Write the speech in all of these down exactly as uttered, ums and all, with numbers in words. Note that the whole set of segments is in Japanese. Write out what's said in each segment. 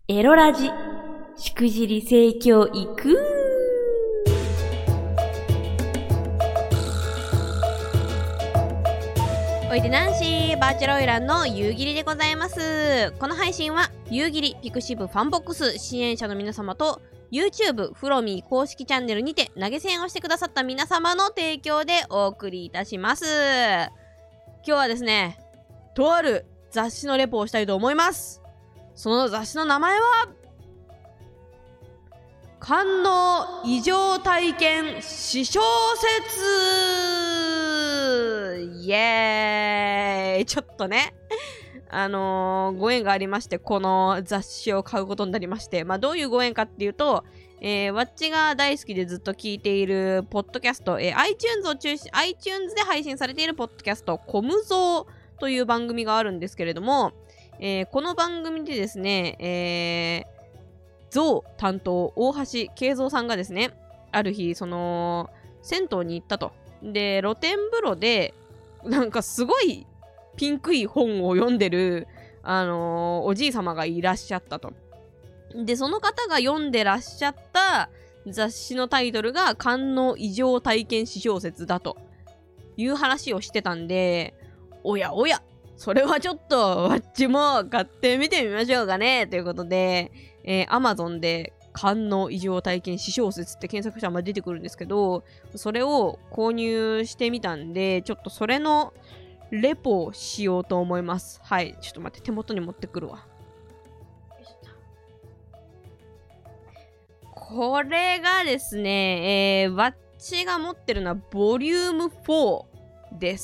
エロラジ、しくじり性教育。おいでナンシー、バーチャルオイランの夕霧でございます。この配信は夕霧ピクシブファンボックス支援者の皆様と YouTube フロミー公式チャンネルにて投げ銭をしてくださった皆様の提供でお送りいたします。今日はですね、とある雑誌のレポをしたいと思います。その雑誌の名前は官能異常体験私小説。イエーイ。ちょっとねあのー、ご縁がありまして、この雑誌を買うことになりまして、まあどういうご縁かっていうと、えー、わっちが大好きでずっと聞いているポッドキャスト、えー、iTunes を中心 iTunes で配信されているポッドキャストコムゾーという番組があるんですけれども、えー、この番組でですね、えー、ゾウ担当大橋慶三さんがですね、ある日その銭湯に行ったと。で露天風呂でなんかすごいピンクい本を読んでる、あのー、おじい様がいらっしゃったと。でその方が読んでらっしゃった雑誌のタイトルが官能異常体験私小説だという話をしてたんで、おやおやそれはちょっとわっちも買ってみてみましょうかねということで、えー、Amazon で官能異常体験私小説って検索したら出てくるんですけど、それを購入してみたんで、ちょっとそれのレポをしようと思います。はい、ちょっと待って、手元に持ってくるわ。これがですね、えー、わっちが持ってるのはボリュームフォーです。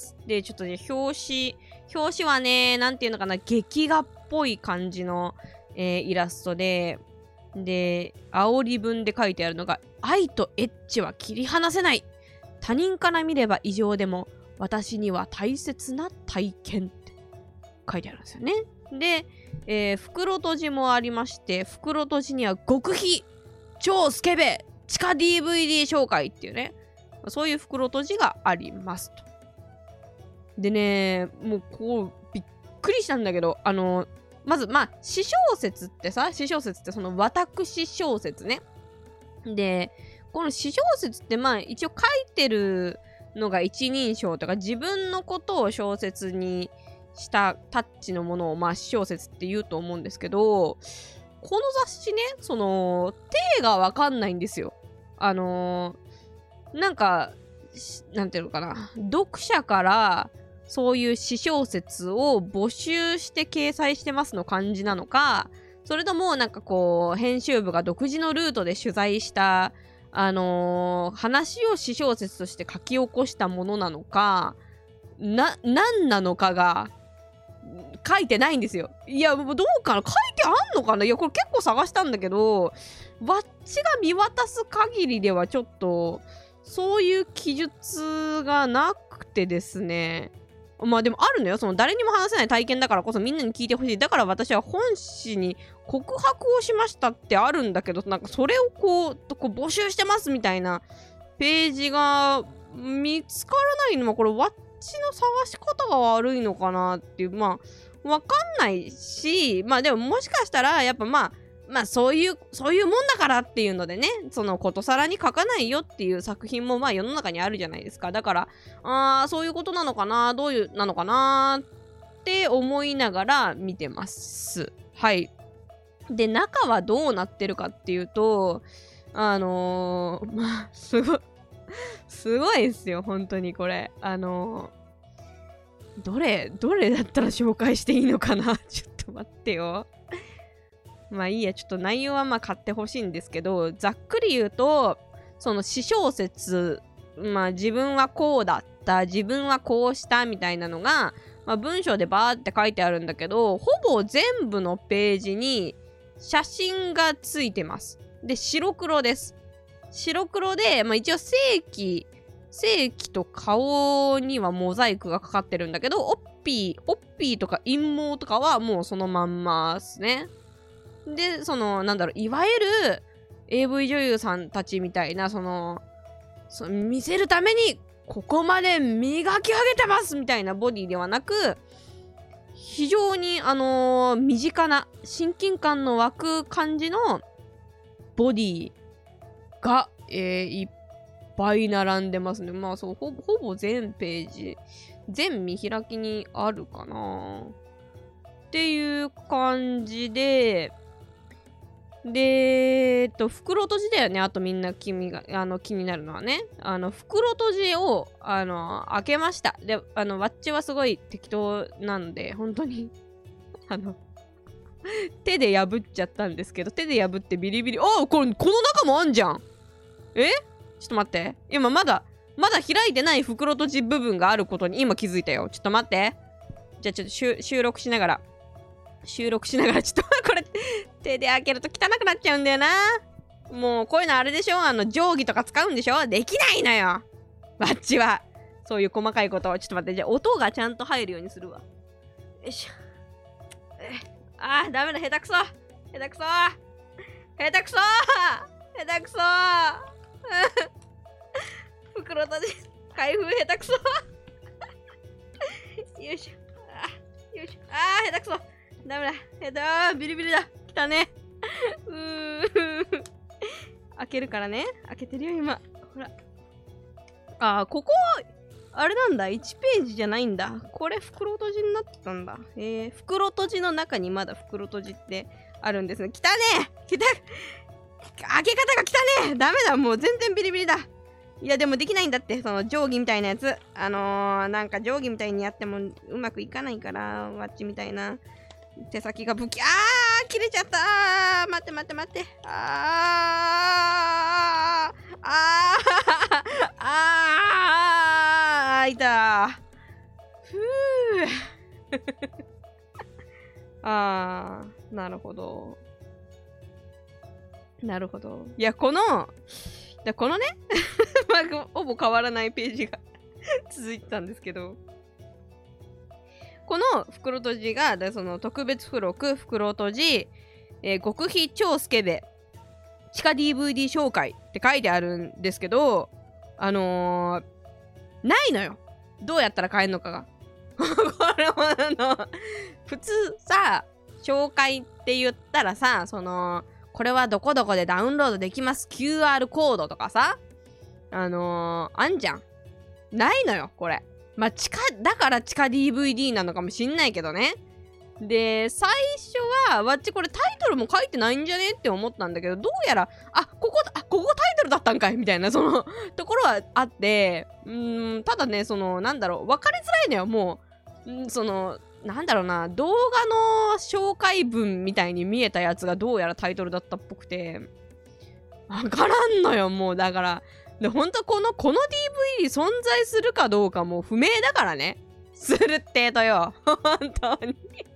で、ちょっとね、表紙表紙はね、なんていうのかな、劇画っぽい感じの、えー、イラストで、で、煽り文で書いてあるのが、愛とエッチは切り離せない。他人から見れば異常でも、私には大切な体験って書いてあるんですよね。で、えー、袋閉じもありまして、袋閉じには極秘超スケベ地下 ディーブイディー 紹介っていうね、そういう袋閉じがありますと。でね、もうこうびっくりしたんだけど、あのまずまあ私小説ってさ、私小説ってその私小説ね。でこの私小説ってまあ一応書いてるのが一人称とか自分のことを小説にしたタッチのものをまあ私小説って言うと思うんですけど、この雑誌ね、その体がわかんないんですよ。あのー、なんかなんていうのかな、読者からそういう私小説を募集して掲載してますの感じなのか、それともなんかこう編集部が独自のルートで取材したあのー、話を私小説として書き起こしたものなのか、な、何なのかが書いてないんですよ。いや、もうどうかな、書いてあんのかな。いや、これ結構探したんだけど、わっちが見渡す限りではちょっとそういう記述がなくてですね。まあでもあるのよ。その誰にも話せない体験だからこそみんなに聞いてほしい。だから私は本誌に告白をしましたってあるんだけど、なんかそれをこう、こう募集してますみたいなページが見つからないのは、これわっちの探し方が悪いのかなっていう、まあわかんないし、まあでももしかしたらやっぱまあまあそういうそういうもんだからっていうのでね、そのことさらに書かないよっていう作品もまあ世の中にあるじゃないですか。だからあーそういうことなのかな、どういうなのかなって思いながら見てます。はい。で中はどうなってるかっていうと、あのー、まあすごいすごいですよ本当にこれ。あのー、どれどれだったら紹介していいのかなちょっと待ってよ。まあいいや、ちょっと内容はまあ買ってほしいんですけど、ざっくり言うと、その私小説、まあ自分はこうだった、自分はこうしたみたいなのが、まあ、文章でバーって書いてあるんだけど、ほぼ全部のページに写真がついてます。で、白黒です。白黒で、まあ一応正規、正規と顔にはモザイクがかかってるんだけど、オッピー、オッピーとか陰謀とかはもうそのまんまですね。で、その、なんだろう、いわゆる エーブイ 女優さんたちみたいな、その、その見せるために、ここまで磨き上げてますみたいなボディではなく、 非常にあのー、身近な親近感の湧く感じのボディが、えー、いっぱい並んでますね。まあそう、ほぼ、ほぼ全ページ、全見開きにあるかなっていう感じで、で、えっと、袋閉じだよね。あとみんな君が、あの、気になるのはね。あの、袋閉じを、あの、開けました。で、あの、わっちはすごい適当なんで、本当に、あの、手で破っちゃったんですけど、手で破ってビリビリ、ああ、これ、この中もあんじゃん。えちょっと待って。今まだ、まだ開いてない袋閉じ部分があることに今気づいたよ。ちょっと待って。じゃあちょっと収録しながら。収録しながらちょっとこれ手で開けると汚くなっちゃうんだよな。もうこういうのあれでしょ、あの定規とか使うんでしょ。できないのよわっちは。そういう細かいことをちょっと待って。じゃあ音がちゃんと入るようにするわ。よいしょ。あーダメだ、下手くそ下手くそ下手くそ下手くそ袋閉じ開封下手くそよいしょ。あよいしょ。あー下手くそダメだ。えっと、あービリビリだ。来たね。うー開けるからね。開けてるよ、今。ほら。あー、ここ、あれなんだ。いちページじゃないんだ。これ、袋閉じになってたんだ。えー、袋閉じの中にまだ袋閉じってあるんですね。来たね来た開け方が来たねダメだ。もう全然ビリビリだ。いや、でもできないんだって。その定規みたいなやつ。あのー、なんか定規みたいにやってもうまくいかないから、わっちみたいな。手先がぶき、あー切れちゃったー。待って待って待って。あーあーあー開いた。ふーあーなるほどなるほど。いやこのでこのねまあほぼ変わらないページが続いてたんですけど、この袋閉じがその特別付録袋閉じ、えー、極秘超スケベ地下 ディーブイディー 紹介って書いてあるんですけど、あのー、ないのよ。どうやったら買えるのかがこれもあの普通さ、紹介って言ったらさ、そのこれはどこどこでダウンロードできます キューアール コードとかさ、あのー、あんじゃん。ないのよこれ。まあ、地下、だから地下 ディーブイディー なのかもしんないけどね。で、最初は、わっちこれタイトルも書いてないんじゃねって思ったんだけど、どうやら、あ、ここ、あ、ここタイトルだったんかいみたいな、その、ところはあって、うーん、ただね、その、なんだろう、分かりづらいのよ、もう。んその、なんだろうな、動画の紹介文みたいに見えたやつがどうやらタイトルだったっぽくて、わからんのよ、もう、だから、で、ほんとこの、この ディーブイディー 存在するかどうかも不明だからね。するってとよ。本当に。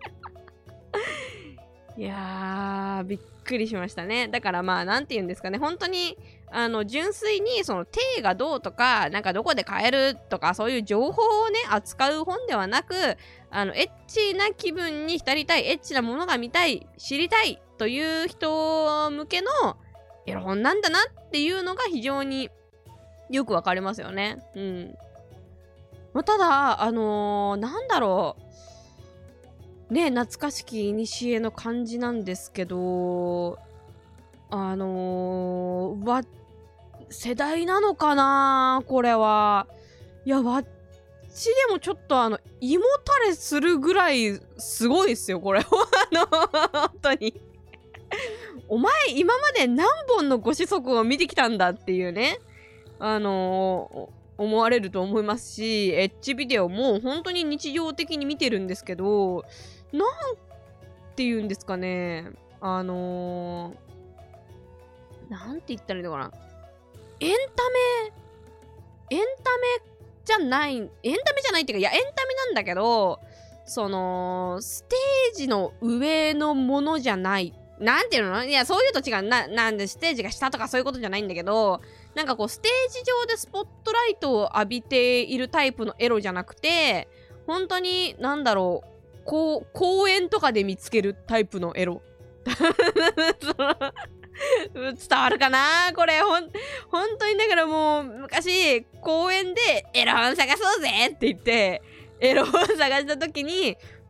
いやー、びっくりしましたね。だからまあ、なんて言うんですかね。本当に、あの、純粋に、その、手がどうとか、なんかどこで買えるとか、そういう情報をね、扱う本ではなく、あの、エッチな気分に浸りたい、エッチなものが見たい、知りたいという人向けのエロ本なんだなっていうのが非常によくわかりますよね。うん。まあ、ただ、あのー、なんだろう。ね、懐かしき古の感じなんですけど、あのー、わ、世代なのかなこれは。いや、わっちでもちょっとあの、胃もたれするぐらいすごいっすよ、これ。あの、本当に。お前、今まで何本のご子息を見てきたんだっていうね。あのー、思われると思いますし、エッチビデオも本当に日常的に見てるんですけど、なんて言うんですかね、あのー、なんて言ったらいいのかな、エンタメ、エンタメじゃない、エンタメじゃないっていうか、いや、エンタメなんだけど、その、ステージの上のものじゃない。なんていうの？いや、そういうと違う。な、なんで、ステージが下とかそういうことじゃないんだけど、なんかこう、ステージ上でスポットライトを浴びているタイプのエロじゃなくて、本当に、なんだろう、こう、公園とかで見つけるタイプのエロ。伝わるかなこれ、ほん、本当にだからもう、昔、公園でエロ本探そうぜって言って、エロ本探した時に、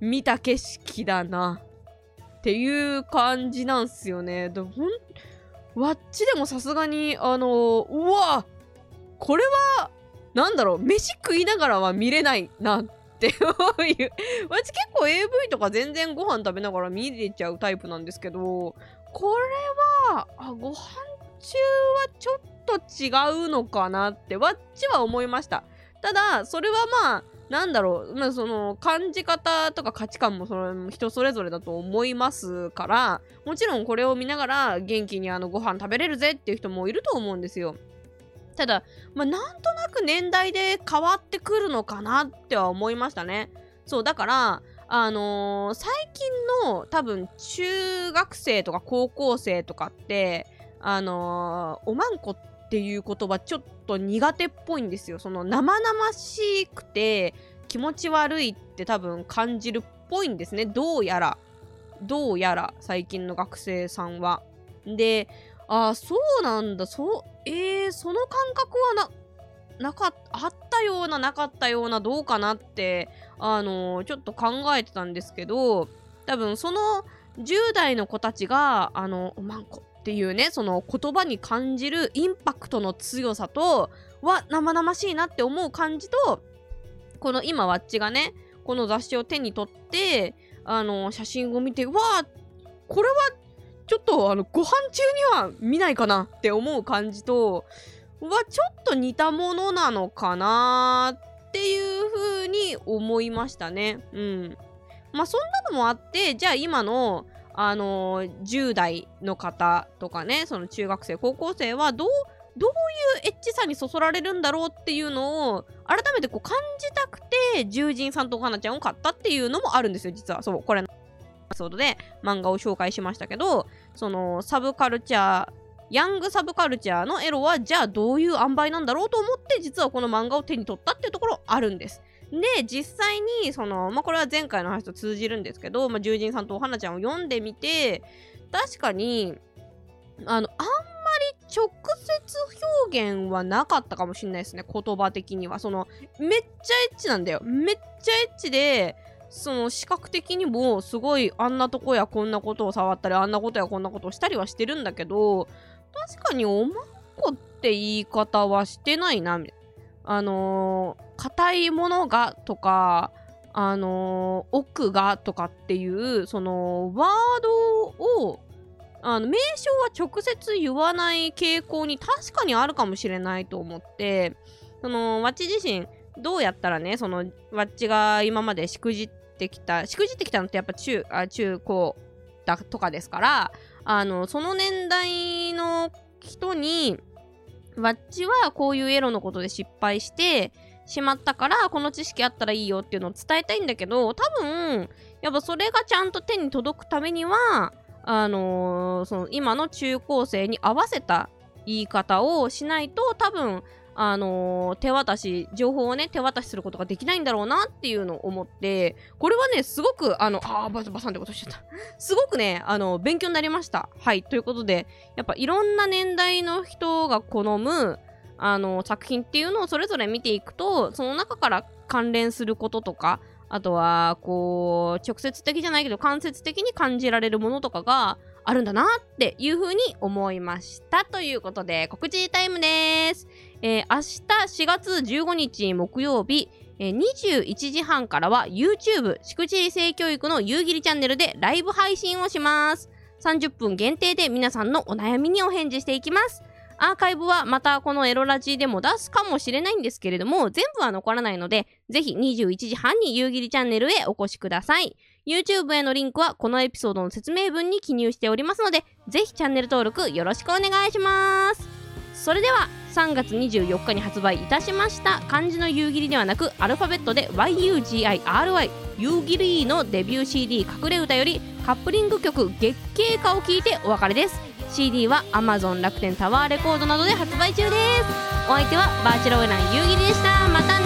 見た景色だなっていう感じなんすよね。でほんわっちでもさすがにあのうわこれはなんだろう飯食いながらは見れないなっていう私結構 エーブイ とか全然ご飯食べながら見れちゃうタイプなんですけど、これはあご飯中はちょっと違うのかなってわっちは思いました。ただそれはまあなんだろう、まあ、その感じ方とか価値観もその人それぞれだと思いますから、もちろんこれを見ながら元気にあのご飯食べれるぜっていう人もいると思うんですよ。ただ、まあ、なんとなく年代で変わってくるのかなっては思いましたね。そうだからあのー、最近の多分中学生とか高校生とかってあのー、おまんこっていう言葉ちょっと苦手っぽいんですよ。その生々しくて気持ち悪いって多分感じるっぽいんですね。どうやらどうやら最近の学生さんは。で、あ、そうなんだ。そうえー、その感覚はななかっあったようななかったようなどうかなってあのー、ちょっと考えてたんですけど、多分そのじゅう代の子たちがあのおまんこっていうねその言葉に感じるインパクトの強さとは生々しいなって思う感じと、この今わっちがねこの雑誌を手に取ってあの写真を見て、わあこれはちょっとあのご飯中には見ないかなって思う感じとはちょっと似たものなのかなっていう風に思いましたね。うん。まあそんなのもあって、じゃあ今のあのー、じゅう代の方とかね、その中学生高校生はどうどういうエッチさにそそられるんだろうっていうのを改めてこう感じたくて獣人さんとお花ちゃんを買ったっていうのもあるんですよ。実はそうこれのエピソードで漫画を紹介しましたけど、そのサブカルチャーヤングサブカルチャーのエロはじゃあどういう塩梅なんだろうと思って実はこの漫画を手に取ったっていうところあるんです。で実際にその、まあ、これは前回の話と通じるんですけど、まあ、獣人さんとお花ちゃんを読んでみて確かにあのあんまり直接表現はなかったかもしれないですね。言葉的にはそのめっちゃエッチなんだよ。めっちゃエッチでその視覚的にもすごいあんなとこやこんなことを触ったりあんなことやこんなことをしたりはしてるんだけど、確かにおまんこって言い方はしてないな。あのー、硬いものがとかあのー、奥がとかっていうそのワードをあの名称は直接言わない傾向に確かにあるかもしれないと思って、そのわっち自身どうやったらねそのわっちが今までしくじってきたしくじってきたのってやっぱ中あ中高だとかですから、あのその年代の人にわっちはこういうエロのことで失敗してしまったからこの知識あったらいいよっていうのを伝えたいんだけど、多分やっぱそれがちゃんと手に届くためにはあのー、その今の中高生に合わせた言い方をしないと多分あのー、手渡し情報をね手渡しすることができないんだろうなっていうのを思って、これはねすごくあのあーババサンってことしちゃったすごくねあの勉強になりました。はいということでやっぱいろんな年代の人が好むあの作品っていうのをそれぞれ見ていくとその中から関連することとかあとはこう直接的じゃないけど間接的に感じられるものとかがあるんだなっていう風に思いましたということで告知タイムです。えー、明日しがつじゅうごにち木曜日、えー、にじゅういちじはんからは YouTube しくじり性教育の夕霧チャンネルでライブ配信をします。さんじゅっぷん限定で皆さんのお悩みにお返事していきます。アーカイブはまたこのエロラジでも出すかもしれないんですけれども全部は残らないのでぜひにじゅういちじはんに夕霧チャンネルへお越しください。 YouTube へのリンクはこのエピソードの説明文に記入しておりますのでぜひチャンネル登録よろしくお願いします。それではさんがつにじゅうよっかに発売いたしました漢字の夕霧ではなくアルファベットで ワイユージーアイアールワイ 夕霧のデビュー シーディー 隠れ歌よりカップリング曲月経歌を聴いてお別れです。 シーディー は Amazon 楽天タワーレコードなどで発売中です。お相手はバーチャルオーナー夕霧でした。またね。